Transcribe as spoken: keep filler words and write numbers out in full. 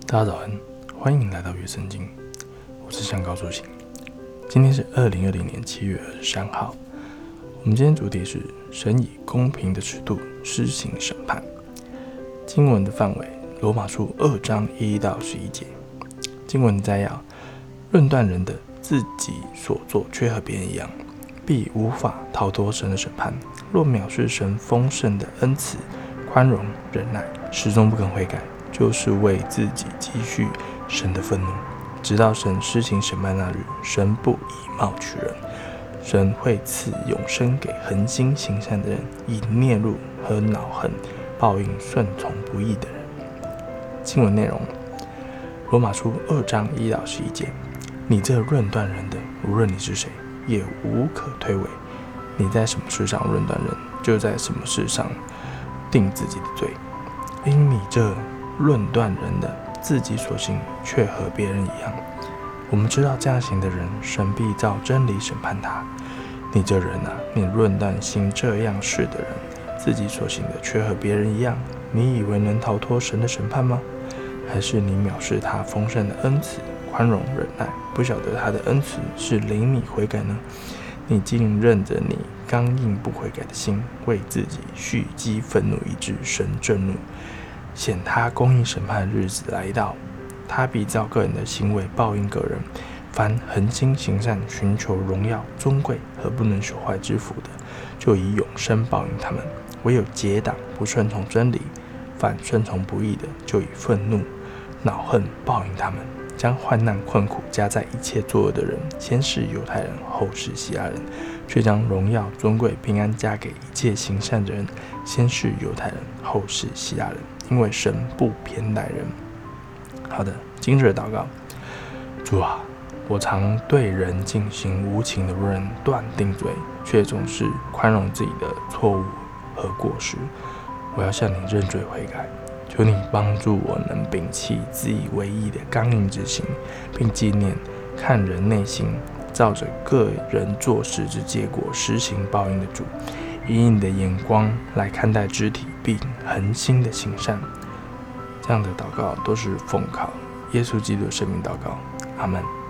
大家早安，欢迎来到乐圣经，我是向高出行。今天是二零二零年七月二十三号。我们今天主题是神以公平的尺度施行审判。经文的范围，罗马书二章一到十一节。经文摘要：论断人的自己所做却和别人一样，必无法逃脱神的审判。若藐视神丰盛的恩慈、宽容、忍耐，始终不肯悔改，就是为自己积蓄神的愤怒，直到神施行审判那日，神不以貌取人，神会赐永生给恒心行善的人，以孽怒和恼恨报应顺从不义的人。经文内容：罗马书二章一到十一节。你这论断人的，无论你是谁，也无可推诿。你在什么事上论断人，就在什么事上定自己的罪。因你这论断人的，自己所行却和别人一样。我们知道这样行的人，神必照真理审判他。你这人啊，你论断行这样事的人，自己所行的却和别人一样，你以为能逃脱神的审判吗？还是你藐视他丰盛的恩慈、宽容、忍耐，不晓得他的恩慈是领你悔改呢？你竟任着你刚硬不悔改的心，为自己蓄积愤怒，以致神震怒，显他公义审判的日子来到，他必照个人的行为报应个人。凡恒心行善、寻求荣耀、尊贵和不能朽坏之福的，就以永生报应他们；唯有结党不顺从真理、反顺从不义的，就以愤怒、恼恨报应他们。将患难困苦加在一切作恶的人，先是犹太人，后是希腊人；却将荣耀、尊贵、平安加给一切行善的人，先是犹太人，后是希腊人。因为神不偏待人。好的，今日的祷告：主啊，我常对人进行无情的论断定罪，却总是宽容自己的错误和过失。我要向你认罪悔改。求你帮助我能摒弃自以为义的刚硬之心，并纪念看人内心，照着个人做事之结果施行报应的主，以你的眼光来看待肢体，并恒心的行善。这样的祷告都是奉靠耶稣基督的生命祷告，阿们。